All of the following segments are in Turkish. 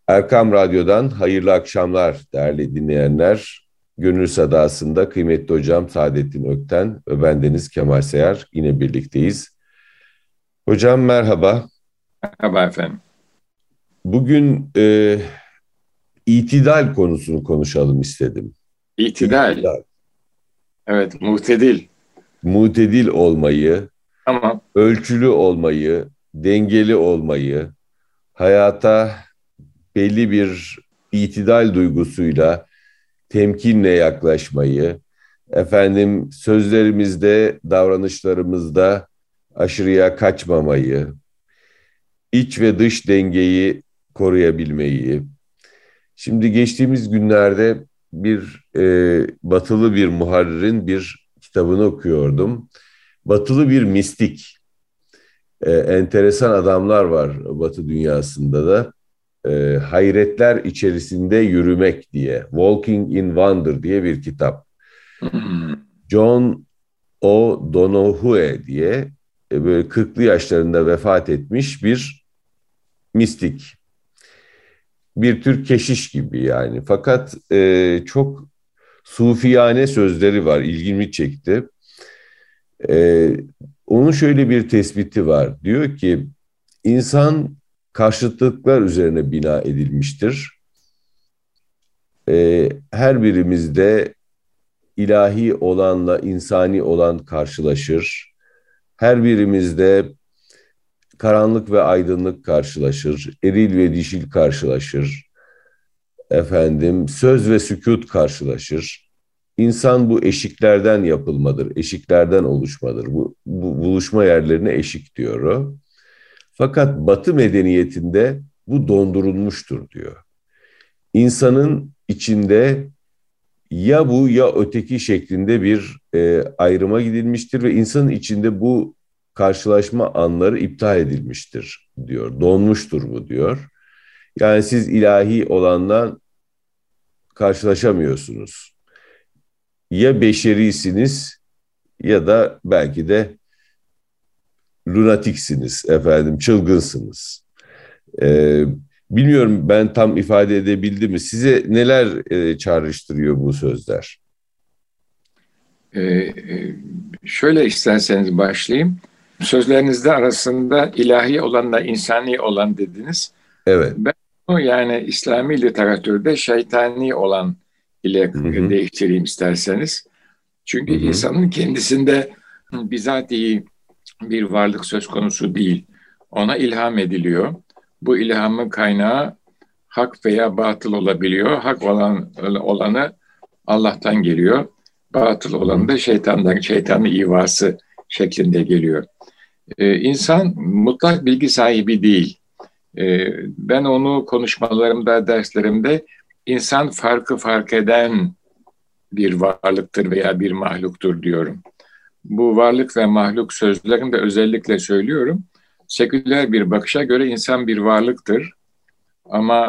Erkam Radyo'dan hayırlı akşamlar değerli dinleyenler. Gönül Sadası'nda kıymetli hocam Saadettin Ökten ve bendeniz Kemal Seyar yine birlikteyiz. Hocam merhaba. Merhaba efendim. Bugün itidal konusunu konuşalım istedim. İtidal. İtidal. Evet, muhtedil. Mutedil olmayı, Tamam. ölçülü olmayı, dengeli olmayı, hayata belli bir itidal duygusuyla temkinle yaklaşmayı, efendim sözlerimizde, davranışlarımızda aşırıya kaçmamayı, iç ve dış dengeyi koruyabilmeyi. Şimdi geçtiğimiz günlerde batılı bir muharririn bir kitabını okuyordum. Batılı bir mistik, enteresan adamlar var Batı dünyasında da. Hayretler içerisinde yürümek diye, Walking in Wonder diye bir kitap. Hmm. John O'Donohue diye böyle 40'lı yaşlarında vefat etmiş bir mistik. Bir tür keşiş gibi yani. Fakat çok sufiyane sözleri var. İlgimi çekti. E, Onun şöyle bir tespiti var. Diyor ki insan karşıtlıklar üzerine bina edilmiştir. Her birimizde ilahi olanla insani olan karşılaşır. Her birimizde karanlık ve aydınlık karşılaşır. Eril ve dişil karşılaşır. Efendim, söz ve sükut karşılaşır. İnsan bu eşiklerden yapılmadır, eşiklerden oluşmadır. Bu buluşma yerlerine eşik diyor o. Fakat Batı medeniyetinde bu dondurulmuştur diyor. İnsanın içinde ya bu ya öteki şeklinde bir ayrıma gidilmiştir ve insanın içinde bu karşılaşma anları iptal edilmiştir diyor. Donmuştur bu diyor. Yani siz ilahi olanla karşılaşamıyorsunuz. Ya beşerisiniz ya da belki de lunatiksiniz efendim, çılgınsınız. E, Bilmiyorum ben tam ifade edebildim mi? Size neler çağrıştırıyor bu sözler? Ee, e, Şöyle isterseniz başlayayım. Sözlerinizde arasında ilahi olanla insani olan dediniz. Evet. Ben o yani İslami literatürde şeytani olan ile Hı hı, değiştireyim isterseniz. hı Çünkü hı, insanın kendisinde bizatihi bir varlık söz konusu değil. Ona ilham ediliyor. Bu ilhamın kaynağı hak veya batıl olabiliyor. Hak olanı Allah'tan geliyor. Batıl hı olanı hı. da şeytandan, şeytanın ivası şeklinde geliyor. İnsan mutlak bilgi sahibi değil. Ben onu konuşmalarımda, derslerimde insan fark eden bir varlıktır veya bir mahluktur diyorum. Bu varlık ve mahluk sözlerini de özellikle söylüyorum. Seküler bir bakışa göre insan bir varlıktır. Ama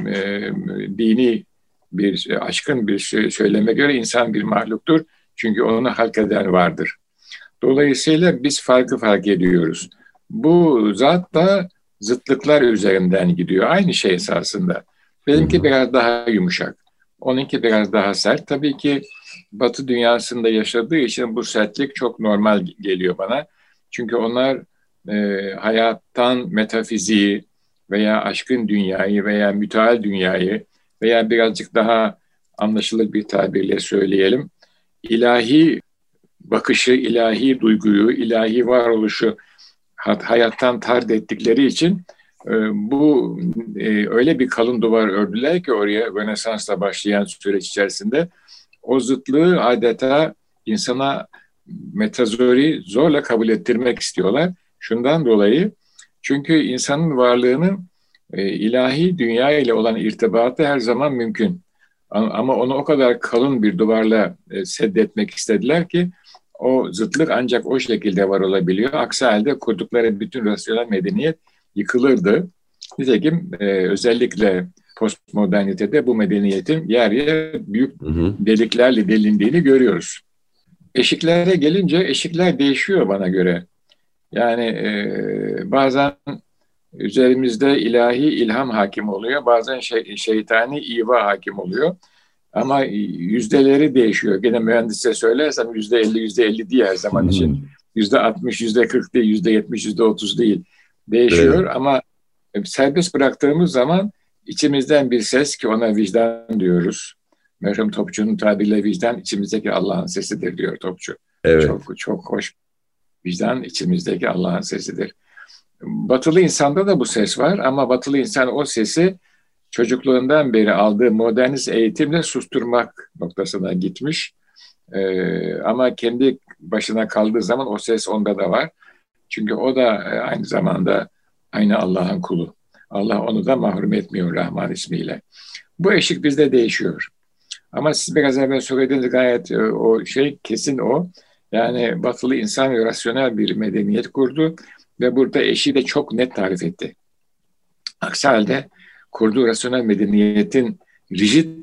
dini bir aşkın bir söyleme göre insan bir mahluktur. Çünkü onu halk eden vardır. Dolayısıyla biz fark ediyoruz. Bu zat da zıtlıklar üzerinden gidiyor. Aynı şey esasında. Hı Benimki hı. biraz daha yumuşak. Onunki biraz daha sert. Tabii ki Batı dünyasında yaşadığı için bu sertlik çok normal geliyor bana. Çünkü onlar hayattan metafiziği veya aşkın dünyayı veya müteal dünyayı veya birazcık daha anlaşılır bir tabirle söyleyelim, ilahi bakışı, ilahi duyguyu, ilahi varoluşu hayattan tard ettikleri için bu öyle bir kalın duvar ördüler ki oraya Rönesans'la başlayan süreç içerisinde o zıtlığı adeta insana metazori zorla kabul ettirmek istiyorlar. Şundan dolayı çünkü insanın varlığının ilahi dünya ile olan irtibatı her zaman mümkün. Ama onu o kadar kalın bir duvarla seddetmek istediler ki o zıtlık ancak o şekilde var olabiliyor. Aksi halde kurdukları bütün rasyonel medeniyet yıkılırdı. Nitekim özellikle postmodernitede bu medeniyetin yer yer büyük Hı hı. deliklerle delindiğini görüyoruz. Eşiklere gelince eşikler değişiyor bana göre. Yani bazen Üzerimizde ilahi ilham hakim oluyor. Bazen şeytani iva hakim oluyor. Ama yüzdeleri değişiyor. Gene mühendise söylersem %50, %50 değil her zaman için. %60, %40 değil, %70, %30 değil. Değişiyor Evet. ama serbest bıraktığımız zaman içimizden bir ses, ki ona vicdan diyoruz. Merhum Topçu'nun tabiriyle vicdan içimizdeki Allah'ın sesidir diyor Topçu. Evet. Çok çok hoş. Vicdan içimizdeki Allah'ın sesidir. Batılı insanda da bu ses var ama batılı insan o sesi çocukluğundan beri aldığı modernist eğitimle susturmak noktasına gitmiş. Ama kendi başına kaldığı zaman o ses onda da var. Çünkü o da aynı zamanda aynı Allah'ın kulu. Allah onu da mahrum etmiyor Rahman ismiyle. Bu eşik bizde değişiyor. Ama siz biraz evvel söylediğiniz gayet o şey kesin o. Yani batılı insan rasyonel bir medeniyet kurdu ve burada eşiği de çok net tarif etti. Aksi halde kurduğu rasyonel medeniyetin rigid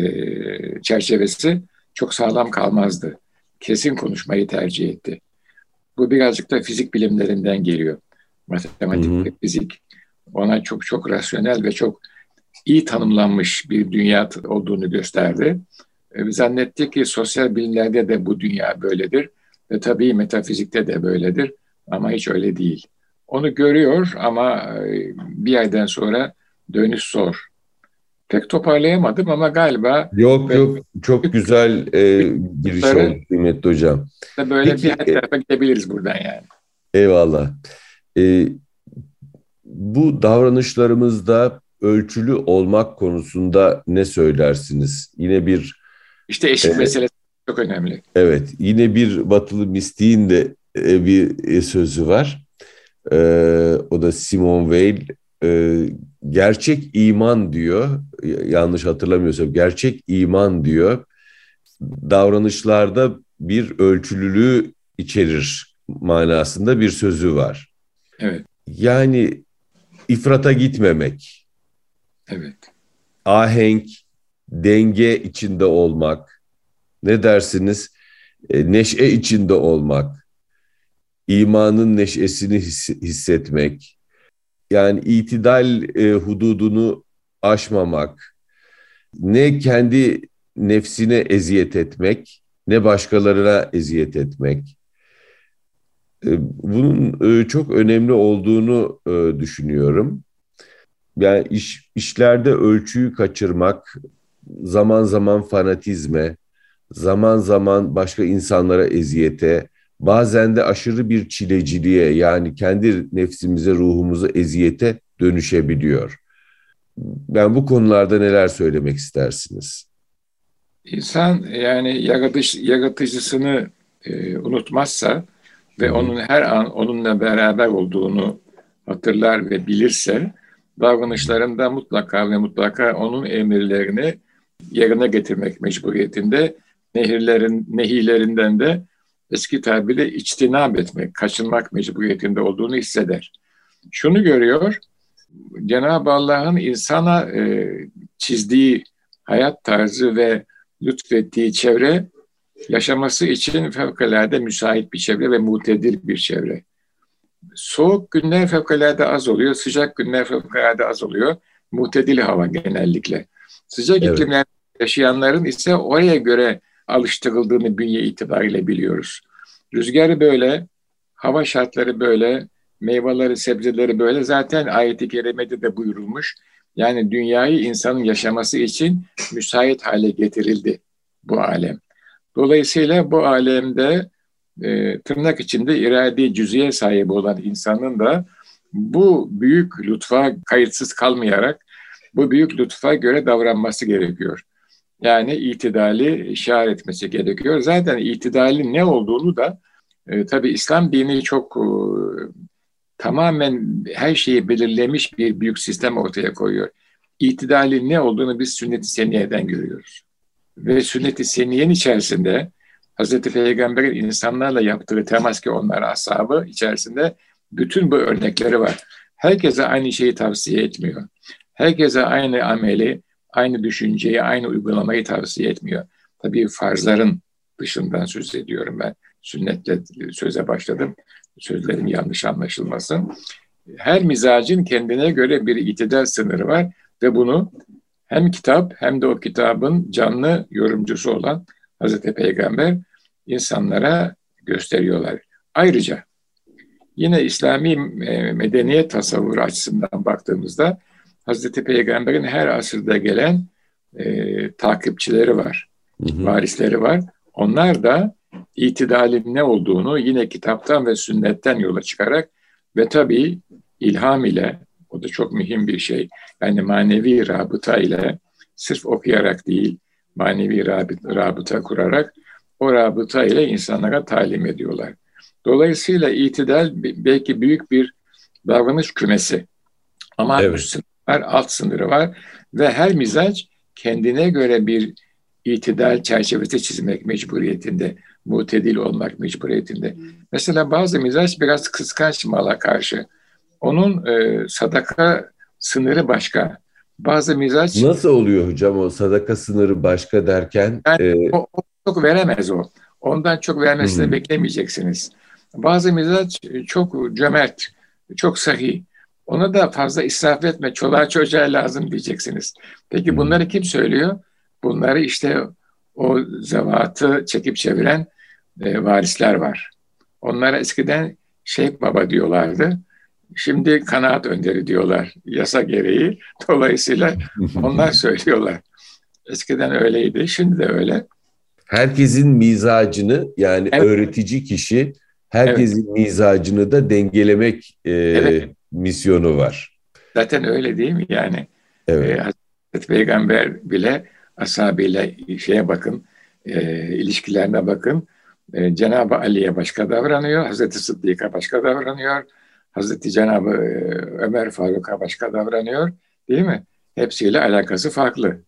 çerçevesi çok sağlam kalmazdı. Kesin konuşmayı tercih etti. Bu birazcık da fizik bilimlerinden geliyor. Hı Matematik hı. ve fizik. Ona çok çok rasyonel ve çok iyi tanımlanmış bir dünya olduğunu gösterdi. Zannetti ki sosyal bilimlerde de bu dünya böyledir. Ve tabii metafizikte de böyledir. Ama hiç öyle değil. Onu görüyor ama bir yerden sonra dönüş zor. Pek toparlayamadım ama galiba Yok böyle yok, çok güzel giriş oldu büyükleri kıymetli hocam. de böyle bir Peki, her tarafa gidebiliriz buradan yani. eyvallah. E, Bu davranışlarımızda ölçülü olmak konusunda ne söylersiniz? Yine bir İşte e, eşik meselesi çok önemli. evet, yine bir batılı mistiğin de bir sözü var. O da Simone Weil. Gerçek iman diyor, yanlış hatırlamıyorsam gerçek iman diyor, davranışlarda bir ölçülülüğü içerir manasında bir sözü var. Evet, Yani ifrata gitmemek, evet. ahenk, denge içinde olmak, ne dersiniz? Neşe içinde olmak, imanın neşesini hissetmek, yani itidal hududunu aşmamak, ne kendi nefsine eziyet etmek, ne başkalarına eziyet etmek. Bunun çok önemli olduğunu düşünüyorum. Yani işlerde ölçüyü kaçırmak, zaman zaman fanatizme, zaman zaman başka insanlara eziyete, bazen de aşırı bir çileciliğe, yani kendi nefsimize, ruhumuza eziyete dönüşebiliyor. Ben bu konularda neler söylemek istersiniz? İnsan yani yaratıcısını unutmazsa Hı ve hı, onun her an onunla beraber olduğunu hatırlar ve bilirse davranışlarında mutlaka ve mutlaka onun emirlerini yerine getirmek mecburiyetinde, nehirlerinden de eski tabirle içtinab etmek, kaçınmak mecburiyetinde olduğunu hisseder. Şunu görüyor, Cenab-ı Allah'ın insana çizdiği hayat tarzı ve lütfettiği çevre yaşaması için fevkalade müsait bir çevre ve mutedil bir çevre. Soğuk günler fevkalade az oluyor, sıcak günler fevkalade az oluyor. Mutedil hava genellikle. Sıcak evet, iklimler yaşayanların ise oraya göre alıştırıldığını bünye itibariyle biliyoruz. Rüzgarı böyle, hava şartları böyle, meyveleri, sebzeleri böyle. Zaten ayet-i kerimede de buyurulmuş. Yani dünyayı insanın yaşaması için müsait hale getirildi bu alem. Dolayısıyla bu alemde tırnak içinde irade cüziye sahibi olan insanın da bu büyük lütfa kayıtsız kalmayarak bu büyük lütfa göre davranması gerekiyor. Yani itidali şiar etmesi gerekiyor. Zaten itidalin ne olduğunu da tabii İslam dini çok tamamen her şeyi belirlemiş bir büyük sistem ortaya koyuyor. İtidalin ne olduğunu biz sünnet-i seniyeden görüyoruz. Ve sünnet-i seniyenin içerisinde Hazreti Peygamber'in insanlarla yaptığı temas, ki onlar ashabı içerisinde bütün bu örnekleri var. Herkese aynı şeyi tavsiye etmiyor. Herkese aynı ameli, aynı düşünceyi, aynı uygulamayı tavsiye etmiyor. Tabii farzların dışından söz ediyorum ben. Sünnetle söze başladım. Sözlerim yanlış anlaşılmasın. Her mizacın kendine göre bir itidal sınırı var ve bunu hem kitap hem de o kitabın canlı yorumcusu olan Hazreti Peygamber insanlara gösteriyorlar. Ayrıca yine İslami medeniyet tasavvuru açısından baktığımızda Hazreti Peygamber'in her asırda gelen takipçileri var, Hı hı. varisleri var. Onlar da itidalin ne olduğunu yine kitaptan ve sünnetten yola çıkarak ve tabii ilham ile, o da çok mühim bir şey. Yani manevi rabıta ile, sırf okuyarak değil, manevi rabıta kurarak o rabıta ile insanlara talim ediyorlar. Dolayısıyla itidal belki büyük bir davranış kümesi. Ama Evet. üst sınırı var, alt sınırı var ve her mizaç kendine göre bir itidal çerçevesi çizmek mecburiyetinde, mutedil olmak mecburiyetinde. Mesela bazı mizaç biraz kıskanç mala karşı. Onun sadaka sınırı başka. Bazı mizaç Nasıl oluyor hocam o sadaka sınırı başka derken? yani o çok veremez o. Ondan çok vermesini de Hmm, beklemeyeceksiniz. Bazı mizaç çok cömert, çok sahi. Ona da fazla israf etme, çoluğa çocuğa lazım diyeceksiniz. Peki hmm, bunları kim söylüyor? Bunları işte o zevatı çekip çeviren varisler var. Onlara eskiden Şeyh Baba diyorlardı. Şimdi kanaat önderi diyorlar yasa gereği. Dolayısıyla onlar söylüyorlar. Eskiden öyleydi, şimdi de öyle. Herkesin mizacını yani Evet, öğretici kişi evet, herkesin mizacını da dengelemek evet. misyonu var. Zaten öyle değil mi? Yani Evet. Hazreti Peygamber bile ashabıyla şeye bakın, ilişkilerine bakın. Cenab-ı Ali'ye başka davranıyor, Hazreti Sıddık'a başka davranıyor, Hazreti Cenab-ı Ömer Faruk'a başka davranıyor, değil mi? Hepsiyle alakası farklı.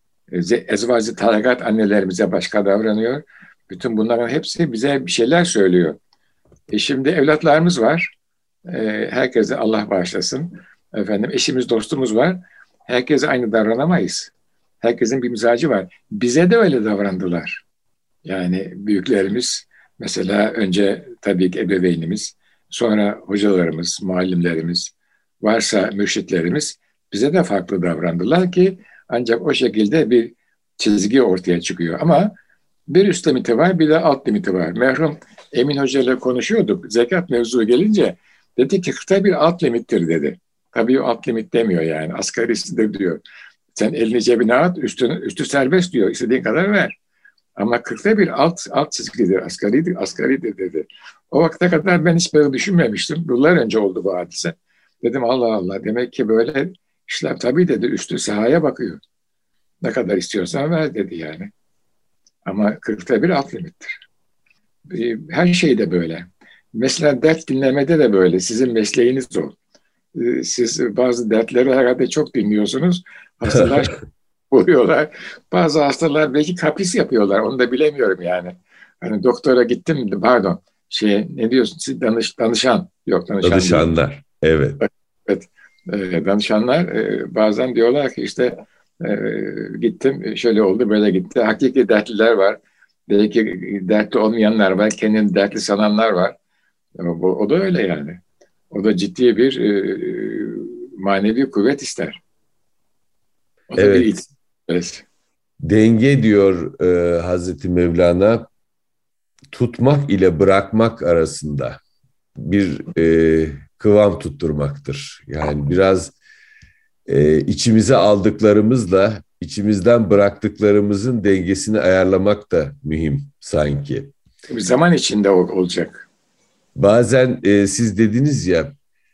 Ezvacı tarikat annelerimize başka davranıyor. Bütün bunların hepsi bize bir şeyler söylüyor. Şimdi evlatlarımız var. Herkese Allah bağışlasın. Efendim eşimiz, dostumuz var. Herkese aynı davranamayız. Herkesin bir mizacı var. Bize de öyle davrandılar. Yani büyüklerimiz, mesela önce tabii ki ebeveynimiz, sonra hocalarımız, muallimlerimiz, varsa mürşitlerimiz bize de farklı davrandılar ki ancak o şekilde bir çizgi ortaya çıkıyor. Ama bir üst limiti var, bir de alt limiti var. Merhum Emin Hoca ile konuşuyorduk. Zekat mevzu gelince dedi ki 40'ta bir alt limittir dedi. Tabii o alt limit demiyor yani. Asgarisidir diyor. Sen elini cebine at, üstü serbest diyor. İstediğin kadar ver. Ama 40'ta bir alt çizgidir, asgaridir dedi. O vakte kadar ben hiç böyle düşünmemiştim. Yıllar önce oldu bu hadise. Dedim Allah Allah, demek ki böyle işler, tabii dedi, üstü sahaya bakıyor. Ne kadar istiyorsan ver dedi yani. Ama 40'ta bir alt limittir. Her şey de böyle. Mesela dert dinlemede de böyle. Sizin mesleğiniz o. Siz bazı dertleri herhalde çok dinliyorsunuz. Hastalar oluyorlar. Bazı hastalar belki kapris yapıyorlar. Onu da bilemiyorum yani. Hani doktora gittim, pardon. Ne diyorsun? Siz danışan. Yok, danışan değil. Danışanlar. Evet. Evet. Danışanlar bazen diyorlar ki işte e, gittim şöyle oldu böyle gitti. Hakiki dertliler var. Belki dertli olmayanlar var. Kendini dertli sananlar var. Ama o da öyle yani. O da ciddi bir manevi kuvvet ister. O da bir Evet. ihtiyaç. Denge diyor Hazreti Mevlana, tutmak ile bırakmak arasında bir kıvam tutturmaktır. Yani biraz içimize aldıklarımızla içimizden bıraktıklarımızın dengesini ayarlamak da mühim sanki. Bir zaman içinde olacak. Bazen siz dediniz ya,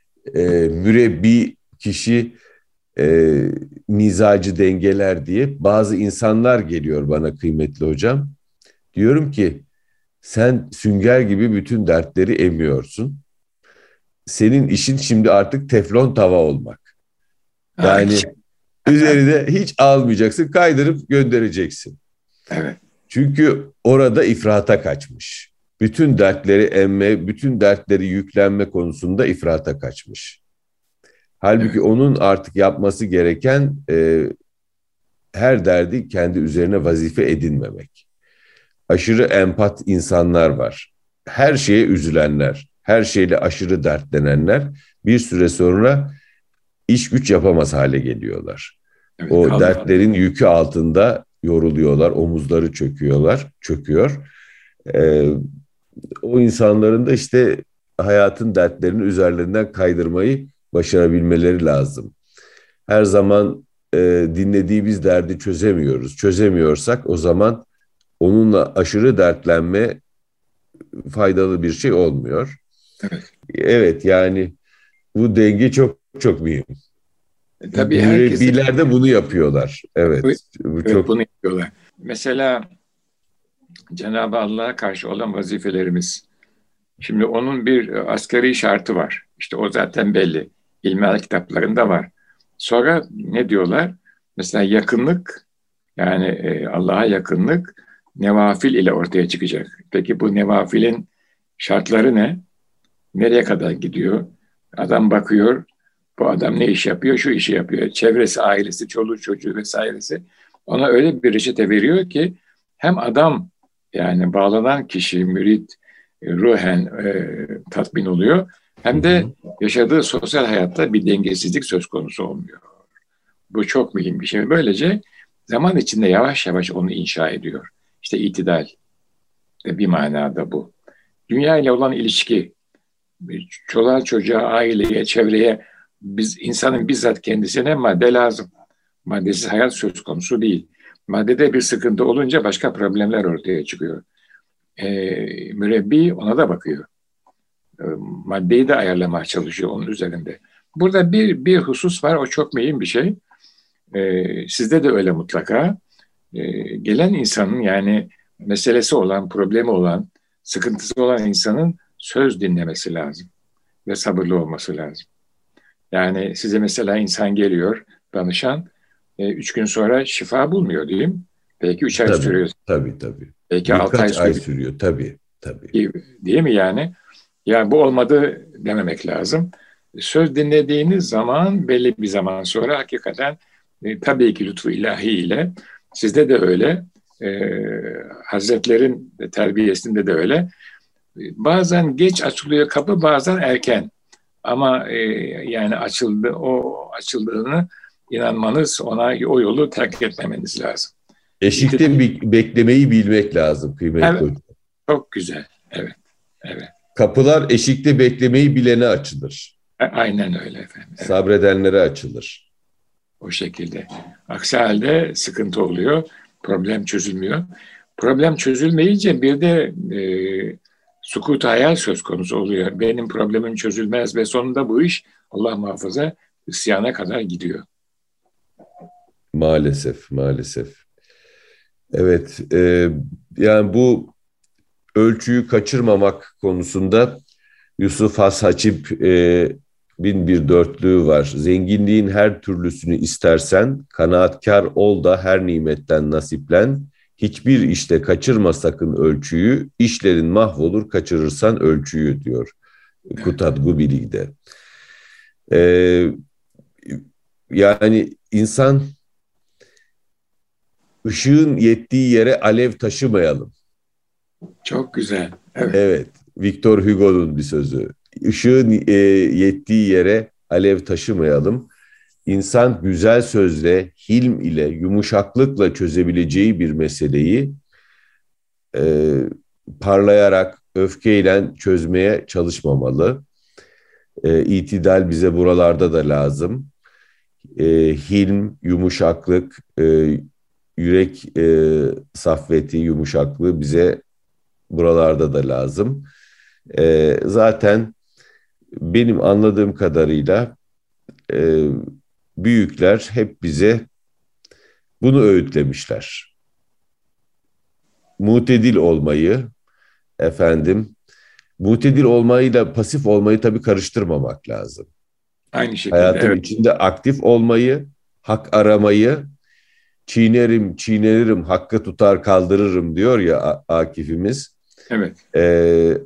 mürebbi kişi e, mizacı dengeler diye bazı insanlar geliyor bana kıymetli hocam. Diyorum ki sen sünger gibi bütün dertleri emiyorsun. Senin işin şimdi artık teflon tava olmak. Ha, Yani üzerine hiç almayacaksın, kaydırıp göndereceksin. evet. Çünkü orada ifrata kaçmış. Bütün dertleri emme, bütün dertleri yüklenme konusunda ifrata kaçmış. Halbuki Evet. onun artık yapması gereken her derdi kendi üzerine vazife edinmemek. Aşırı empat insanlar var. Her şeye üzülenler. her şeyle aşırı dertlenenler bir süre sonra iş güç yapamaz hale geliyorlar. Evet, O kaldı. dertlerin yükü altında yoruluyorlar, omuzları çöküyor. Ee, O insanların da işte hayatın dertlerini üzerlerinden kaydırmayı başarabilmeleri lazım. Her zaman dinlediğimiz derdi çözemiyoruz. Çözemiyorsak o zaman onunla aşırı dertlenme faydalı bir şey olmuyor. Evet. Evet, yani bu denge çok çok mühim. Tabii herkes de Mürebbiler de bunu yapıyorlar. Evet, bu evet, çok bunu yapıyorlar. Mesela Cenab-ı Allah'a karşı olan vazifelerimiz. Şimdi onun bir asgari şartı var. İşte o zaten belli. İlmihal kitaplarında var. Sonra ne diyorlar? Mesela yakınlık, yani Allah'a yakınlık nevafil ile ortaya çıkacak. Peki bu nevafilin şartları ne? Nereye kadar gidiyor? Adam bakıyor, bu adam ne iş yapıyor? Şu işi yapıyor. Çevresi, ailesi, çoluğu, çocuğu vesairesi ona öyle bir reçete veriyor ki hem adam, yani bağlanan kişi, mürit, ruhen tatmin oluyor. hı Hem de hı. yaşadığı sosyal hayatta bir dengesizlik söz konusu olmuyor. Bu çok mühim bir şey. Böylece zaman içinde yavaş yavaş onu inşa ediyor. İşte itidal de bir manada bu. Dünya ile olan ilişki, çoluğa çocuğa, aileye, çevreye, biz insanın bizzat kendisine madde lazım. Maddesiz hayat söz konusu değil. Maddede bir sıkıntı olunca başka problemler ortaya çıkıyor. Mürebbi ona da bakıyor. Maddeyi de ayarlamaya çalışıyor onun üzerinde. Burada bir husus var, o çok mühim bir şey. Sizde de öyle mutlaka. Gelen insanın, yani meselesi olan, problemi olan, sıkıntısı olan insanın söz dinlemesi lazım ve sabırlı olması lazım. Yani size mesela insan geliyor, danışan, 3 gün sonra şifa bulmuyor diyeyim. Belki 3 ay Tabii, sürüyor, tabii. belki 6 ay Birkaç ay sürüyor, sürüyor, tabii. değil mi yani? Ya bu olmadı dememek lazım. Söz dinlediğiniz zaman belli bir zaman sonra hakikaten tabii ki lütfu ilahi ile sizde de öyle, Hazretlerin terbiyesinde de öyle. Bazen geç açılıyor kapı, bazen erken. Ama yani o açıldığını inanmanız, ona o yolu terk etmemeniz lazım. İtidal, Eşikte beklemeyi bilmek lazım kıymetli evet, hocam. çok güzel. Evet, evet. Kapılar eşikte beklemeyi bilene açılır. Aynen öyle efendim. Evet, Sabredenlere açılır. o şekilde. Aksi halde sıkıntı oluyor. Problem çözülmüyor. Problem çözülmeyince bir de sukut hayal söz konusu oluyor. Benim problemim çözülmez ve sonunda bu iş, Allah muhafaza, isyana kadar gidiyor. Maalesef. Evet, yani bu ölçüyü kaçırmamak konusunda Yusuf Has bin bir dörtlüğü var. Zenginliğin her türlüsünü istersen, kanaatkar ol da her nimetten nasiplen. Hiçbir işte kaçırma sakın ölçüyü, işlerin mahvolur kaçırırsan ölçüyü diyor Evet. Kutat Gubili'de. Ee, Yani insan ışığın yettiği yere alev taşımayalım. Çok güzel. Evet. Evet, Victor Hugo'nun bir sözü. Işığın yettiği yere alev taşımayalım. İnsan güzel sözle, hilm ile, yumuşaklıkla çözebileceği bir meseleyi e, parlayarak, öfkeyle çözmeye çalışmamalı. İtidal bize buralarda da lazım. Hilm, yumuşaklık, yürek saffeti, yumuşaklığı bize buralarda da lazım. Zaten benim anladığım kadarıyla e, büyükler hep bize bunu öğütlemişler. Mutedil olmayı, efendim, mutedil olmayla pasif olmayı tabii karıştırmamak lazım. Aynı şekilde. Hayatın Evet. içinde aktif olmayı, hak aramayı, çiğnenirim, hakkı tutar kaldırırım diyor ya Akif'imiz. Evet. Ee,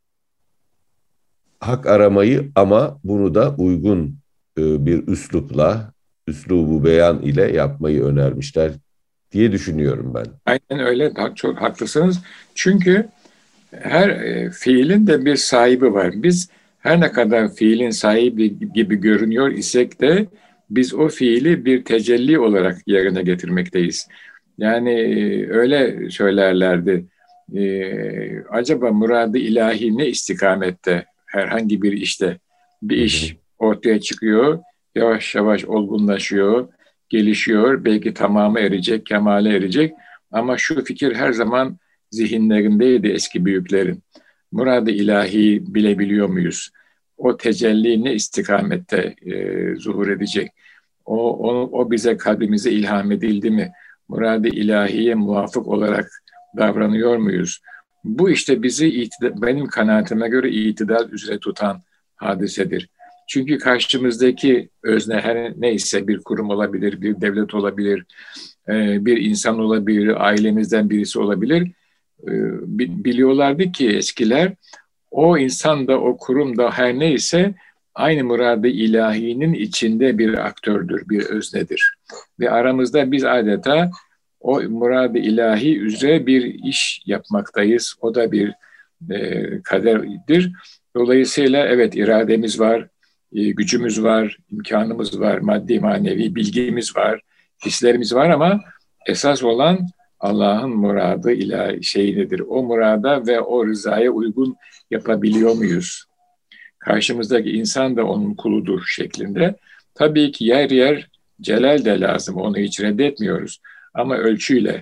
Hak aramayı ama bunu da uygun bir üslupla, üslubu beyan ile yapmayı önermişler diye düşünüyorum ben. Aynen öyle. Çok haklısınız. Çünkü Her fiilin de bir sahibi var. Biz her ne kadar fiilin sahibi gibi görünüyor isek de biz o fiili bir tecelli olarak yerine getirmekteyiz. Yani öyle söylerlerdi. Acaba muradı ilahi ne istikamette herhangi bir işte bir Hı hı. iş ortaya çıkıyor, yavaş yavaş olgunlaşıyor, gelişiyor, belki tamamı erecek, kemale erecek ama şu fikir her zaman zihinlerindeydi eski büyüklerin. Murad-ı ilahi bilebiliyor muyuz? O tecelli ne istikamette zuhur edecek? O bize kalbimize ilham edildi mi? Murad-ı ilahiye muvafık olarak davranıyor muyuz? Bu işte bizi benim kanaatime göre itidal üzere tutan hadisedir. Çünkü karşımızdaki özne her neyse bir kurum olabilir, bir devlet olabilir, bir insan olabilir, ailemizden birisi olabilir. Biliyorlardı ki eskiler o insan da o kurum da her neyse aynı muradı ilahinin içinde bir aktördür, bir öznedir. Ve aramızda biz adeta o muradı ilahi üzere bir iş yapmaktayız. O da bir kaderdir. Dolayısıyla evet irademiz var, gücümüz var, imkanımız var, maddi manevi bilgimiz var, hislerimiz var ama esas olan Allah'ın muradı ilahi şey nedir? O murada ve o rızaya uygun yapabiliyor muyuz? Karşımızdaki insan da onun kuludur şeklinde. Tabii ki yer yer celal de lazım. Onu hiç reddetmiyoruz. Ama ölçüyle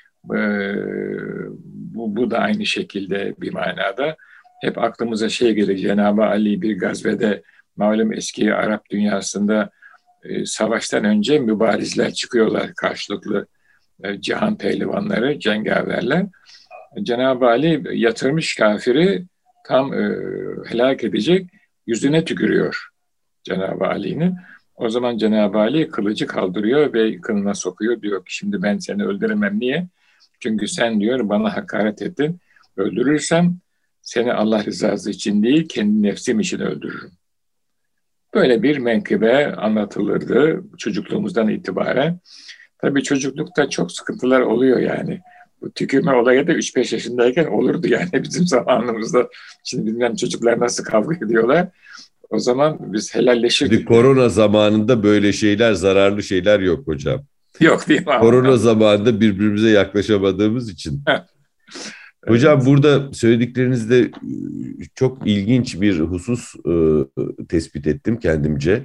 bu da aynı şekilde bir manada. Hep aklımıza şey gelir. Cenab-ı Ali bir gazvede malum eski Arap dünyasında savaştan önce mübarizler çıkıyorlar karşılıklı cihan pehlivanları, cengaverler. Cenab-ı Ali yatırmış kafiri tam helak edecek, yüzüne tükürüyor Cenab-ı Ali'nin. O zaman Cenab-ı Ali kılıcı kaldırıyor ve kınına sokuyor. Diyor ki şimdi ben seni öldüremem. Niye? Çünkü sen diyor bana hakaret ettin. Öldürürsem seni Allah rızası için değil kendi nefsim için öldürürüm. Böyle bir menkıbe anlatılırdı çocukluğumuzdan itibaren. Tabii çocuklukta çok sıkıntılar oluyor yani. Bu tükürme olayı da 3-5 yaşındayken olurdu yani bizim zamanımızda. Şimdi bilmem çocuklar nasıl kavga ediyorlar. O zaman biz Şimdi helalleşirdik yani. korona zamanında böyle şeyler, zararlı şeyler yok hocam. Yok değil mi? Korona zamanında birbirimize yaklaşamadığımız için. Hocam Evet. burada söylediklerinizde çok ilginç bir husus tespit ettim kendimce.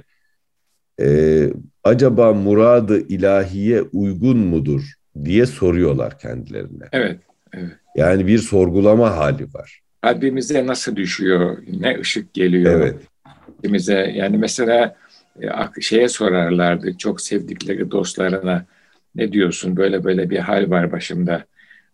Acaba muradı ilahiye uygun mudur diye soruyorlar kendilerine. Evet. Evet. Yani bir sorgulama hali var. Kalbimize nasıl düşüyor? Ne ışık geliyor Evet. kalbimize? Yani mesela şeye sorarlardı çok sevdikleri dostlarına. Ne diyorsun? Böyle böyle bir hal var başımda.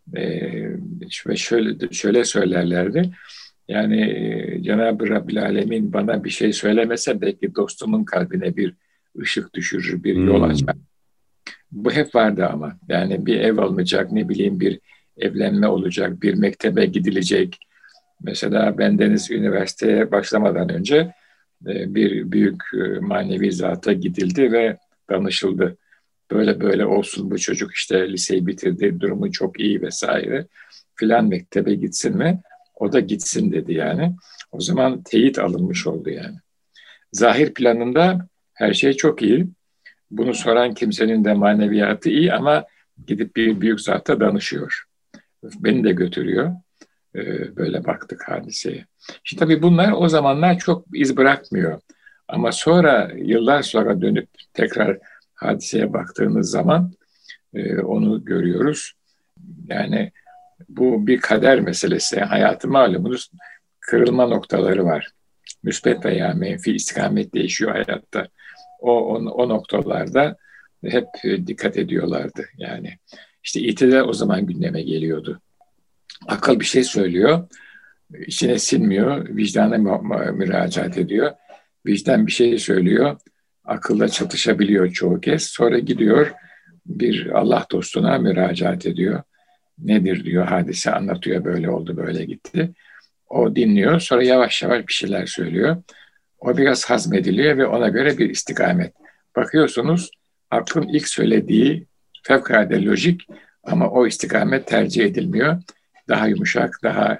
Ve şöyle söylerlerdi. Yani Cenab-ı Rabbil Alemin bana bir şey söylemese belki dostumun kalbine bir ışık düşürür, bir yol açar. Hmm. Bu hep vardı ama. Yani bir ev alınacak, ne bileyim bir evlenme olacak, bir mektebe gidilecek. Mesela bendeniz üniversiteye başlamadan önce bir büyük manevi zata gidildi ve danışıldı. Böyle böyle olsun bu çocuk işte liseyi bitirdi, durumu çok iyi vesaire. Filan mektebe gitsin mi? O da gitsin dedi yani. O zaman teyit alınmış oldu yani. Zahir planında her şey çok iyi. Bunu soran kimsenin de maneviyatı iyi ama gidip bir büyük zata danışıyor. Beni de götürüyor. Böyle baktık hadiseye. İşte tabii bunlar o zamanlar çok iz bırakmıyor. Ama sonra yıllar sonra dönüp tekrar hadiseye baktığımız zaman onu görüyoruz. Yani bu bir kader meselesi. Hayatı malumunuz kırılma noktaları var. Müsbet veya menfi istikamet değişiyor hayatta. O noktalarda hep dikkat ediyorlardı. Yani işte itidal o zaman gündeme geliyordu. Akıl bir şey söylüyor, içine sinmiyor, vicdana müracaat ediyor. Vicdan bir şey söylüyor, akılla çatışabiliyor çoğu kez. Sonra gidiyor bir Allah dostuna müracaat ediyor. Nedir diyor, hadise anlatıyor, böyle oldu, böyle gitti. O dinliyor, sonra yavaş yavaş bir şeyler söylüyor. O biraz hazmediliyor ve ona göre bir istikamet. Bakıyorsunuz aklın ilk söylediği fevkalade lojik ama o istikamet tercih edilmiyor. Daha yumuşak, daha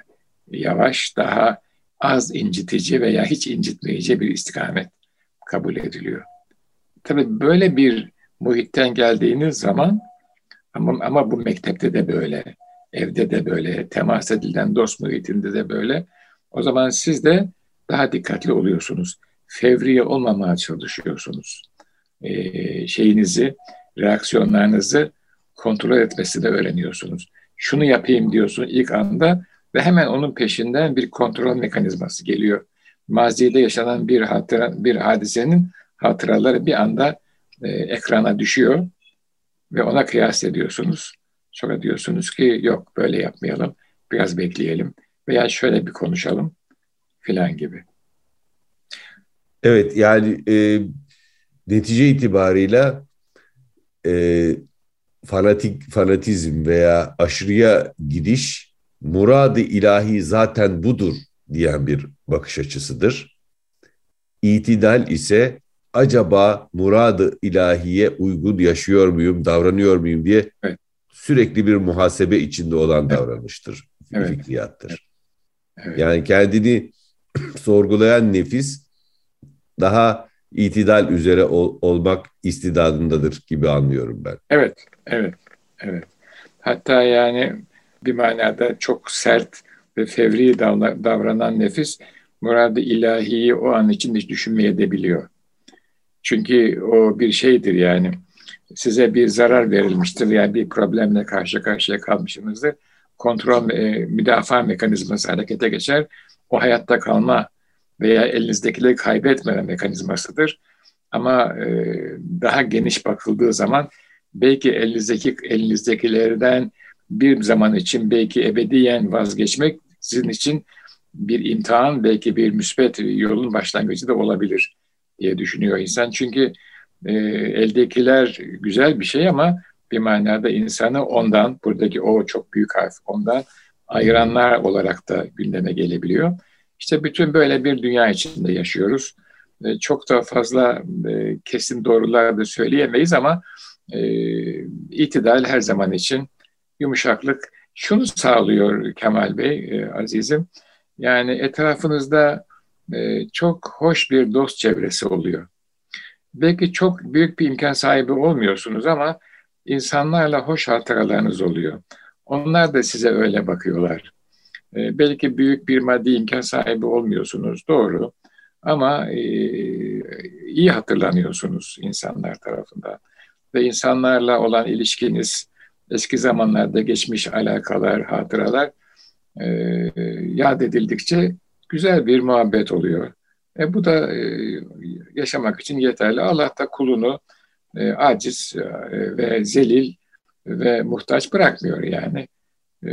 yavaş, daha az incitici veya hiç incitmeyici bir istikamet kabul ediliyor. Tabii böyle bir muhitten geldiğiniz zaman ama bu mektepte de böyle, evde de böyle, temas edilen dost muhitinde de böyle. O zaman siz de daha dikkatli oluyorsunuz. Fevri olmamaya çalışıyorsunuz. Şeyinizi, reaksiyonlarınızı kontrol etmesini öğreniyorsunuz. Şunu yapayım diyorsun ilk anda ve hemen onun peşinden bir kontrol mekanizması geliyor. Mazide yaşanan bir hadisenin hatıraları bir anda ekrana düşüyor ve ona kıyas ediyorsunuz. Sonra diyorsunuz ki yok böyle yapmayalım, biraz bekleyelim veya şöyle bir konuşalım filan gibi. Evet, yani netice itibarıyla e, fanatizm veya aşırıya gidiş murad-ı ilahi zaten budur diyen bir bakış açısıdır. İtidal ise acaba murad-ı ilahiye uygun yaşıyor muyum, davranıyor muyum diye Evet, sürekli bir muhasebe içinde olan evet, davranıştır, evet, evet. fikriyattır. Evet. Yani kendini sorgulayan nefis daha itidal üzere olmak istidadındadır gibi anlıyorum ben. Evet, evet, evet. Hatta yani bir manada çok sert ve fevri davranan nefis murad-ı ilahiyi o an için hiç düşünmeye de biliyor. Çünkü o bir şeydir yani. Size bir zarar verilmiştir yani bir problemle karşı karşıya kalmışsınızdır. Kontrol, müdafaa mekanizması harekete geçer. O hayatta kalma veya elinizdekileri kaybetmeme mekanizmasıdır. Ama daha geniş bakıldığı zaman belki elinizdekilerden bir zaman için belki ebediyen vazgeçmek sizin için bir imtihan, belki bir müsbet yolun başlangıcı da olabilir diye düşünüyor insan. Çünkü eldekiler güzel bir şey ama bir manada insanı ondan, buradaki o çok büyük harf ondan Hı hı. ayıranlar olarak da gündeme gelebiliyor. İşte bütün böyle bir dünya içinde yaşıyoruz. Çok da fazla kesin doğrular da söyleyemeyiz ama e, itidal her zaman için yumuşaklık şunu sağlıyor Kemal Bey, azizim. Yani etrafınızda çok hoş bir dost çevresi oluyor. Belki çok büyük bir imkan sahibi olmuyorsunuz ama insanlarla hoş hatıralarınız oluyor. Onlar da size öyle bakıyorlar. Belki büyük bir maddi imkan sahibi olmuyorsunuz, doğru. Ama iyi hatırlanıyorsunuz insanlar tarafından. Ve insanlarla olan ilişkiniz, eski zamanlarda geçmiş alakalar, hatıralar e, yad edildikçe güzel bir muhabbet oluyor. Bu da yaşamak için yeterli. Allah da kulunu aciz ve zelil ve muhtaç bırakmıyor yani. E,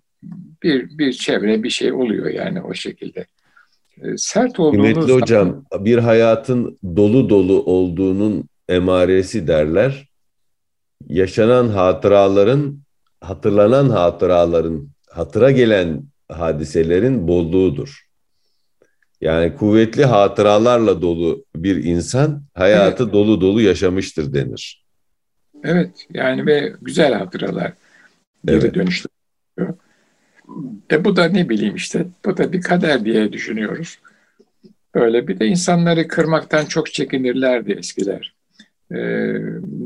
bir çevre bir şey oluyor yani o şekilde. Sert Kıymetli olduğunuz zaman hocam, bir hayatın dolu dolu olduğunun emaresi derler. Yaşanan hatıraların, hatırlanan hatıraların, hatıra gelen hadiselerin bolluğudur. Yani kuvvetli hatıralarla dolu bir insan evet, hayatı dolu dolu yaşamıştır denir. evet yani ve güzel hatıralar geri Evet. dönüşler oluyor. Bu da ne bileyim işte bu da bir kader diye düşünüyoruz. Böyle bir de insanları kırmaktan çok çekinirlerdi eskiler. Ee,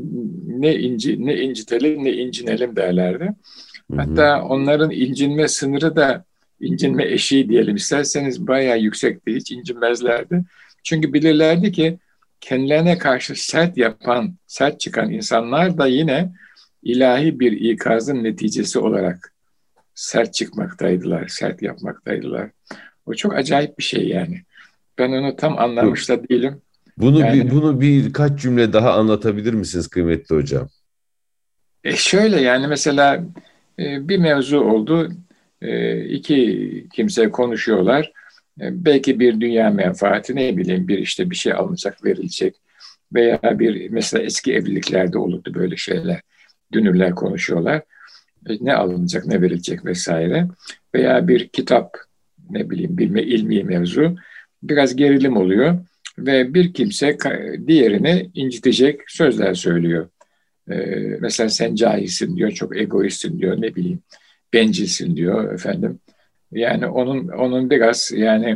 ne incitelim ne incinelim derlerdi. Hı hı. Hatta onların incinme sınırı da incinme eşiği diyelim isterseniz bayağı yüksekti. Hiç incinmezlerdi. Çünkü bilirlerdi ki kendilerine karşı sert çıkan insanlar da yine ilahi bir ikazın neticesi olarak sert çıkmaktaydılar, sert yapmaktaydılar. O çok acayip bir şey yani. Ben onu tam Bu, anlamış da değilim. bunu Yani bunu birkaç cümle daha anlatabilir misiniz kıymetli hocam? şöyle yani mesela bir mevzu oldu. İki kimse konuşuyorlar. Belki bir dünya menfaati ne bileyim bir işte bir şey alınacak verilecek veya bir mesela eski evliliklerde olurdu böyle şeyler. Dünürler konuşuyorlar. Ne alınacak ne verilecek vesaire. Veya bir kitap ne bileyim ilmi mevzu. Biraz gerilim oluyor ve bir kimse diğerini incitecek sözler söylüyor. Ee, mesela sen cahilsin diyor, çok egoistsin diyor, ne bileyim, bencilsin diyor efendim. Yani onun biraz yani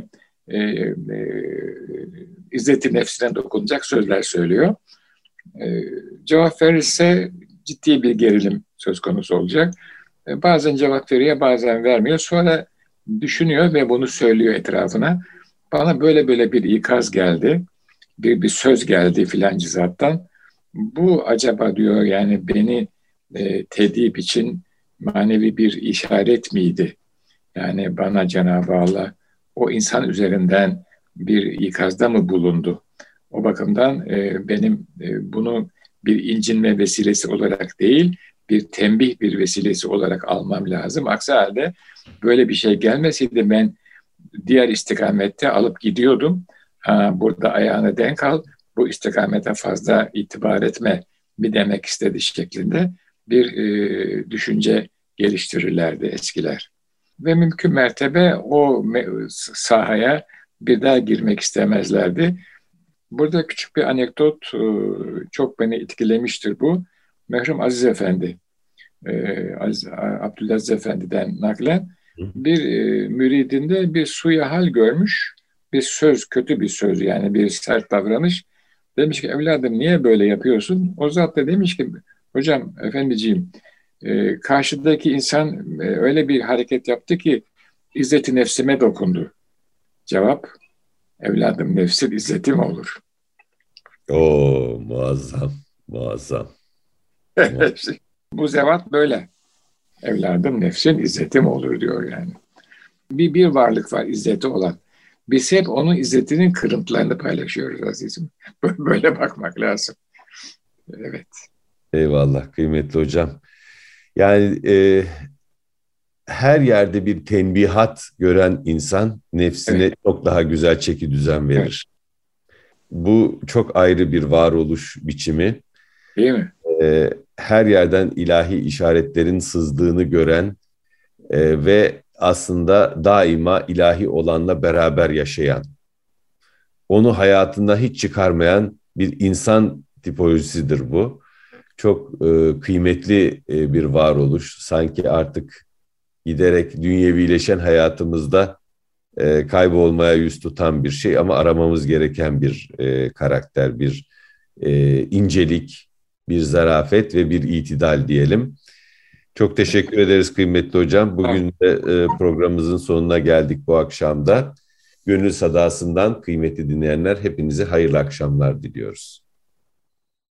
izzeti nefsine dokunacak sözler söylüyor. E, Cevap verirse ciddi bir gerilim söz konusu olacak. Bazen cevap veriyor, bazen vermiyor. Sonra düşünüyor ve bunu söylüyor etrafına. Bana böyle böyle bir ikaz geldi, bir söz geldi filancı zattan. Bu acaba diyor yani beni tedbir için manevi bir işaret miydi? Yani bana Cenab-ı Allah o insan üzerinden bir ikazda mı bulundu? O bakımdan benim bunu bir incinme vesilesi olarak değil, bir tembih bir vesilesi olarak almam lazım. Aksi halde böyle bir şey gelmeseydi ben diğer istikamette alıp gidiyordum. Ha, burada ayağını denk al, bu istikamete fazla itibar etme mi demek istedi şeklinde bir düşünce geliştirirlerdi eskiler. Ve mümkün mertebe o sahaya bir daha girmek istemezlerdi. Burada küçük bir anekdot çok beni etkilemiştir bu. Merhum Aziz Efendi, Abdülaziz Efendi'den naklen bir müridinde bir suya hal görmüş. Bir söz, kötü bir söz yani bir sert davranış. Demiş ki evladım niye böyle yapıyorsun? O zat da demiş ki hocam efendiciğim karşıdaki insan öyle bir hareket yaptı ki izzeti nefsime dokundu. Cevap evladım nefsin izzeti mi olur? Oo, muazzam, muazzam. Bu zevat böyle. Evladım nefsin izzeti mi olur diyor yani. Bir varlık var izzeti olan. Biz hep onun izzetinin kırıntılarını paylaşıyoruz azizim. Böyle bakmak lazım. Evet. Eyvallah kıymetli hocam. Yani her yerde bir tenbihat gören insan nefsine Evet. çok daha güzel çeki düzen Evet. verir. Bu çok ayrı bir varoluş biçimi. Değil mi? Her yerden ilahi işaretlerin sızdığını gören ve aslında daima ilahi olanla beraber yaşayan, onu hayatında hiç çıkarmayan bir insan tipolojisidir bu. Çok kıymetli bir varoluş. Sanki artık giderek dünyevileşen hayatımızda kaybolmaya yüz tutan bir şey ama aramamız gereken bir karakter, bir incelik, bir zarafet ve bir itidal diyelim. Çok teşekkür ederiz kıymetli hocam. Bugün de programımızın sonuna geldik bu akşamda. Gönül Sadası'ndan kıymetli dinleyenler hepinize hayırlı akşamlar diliyoruz.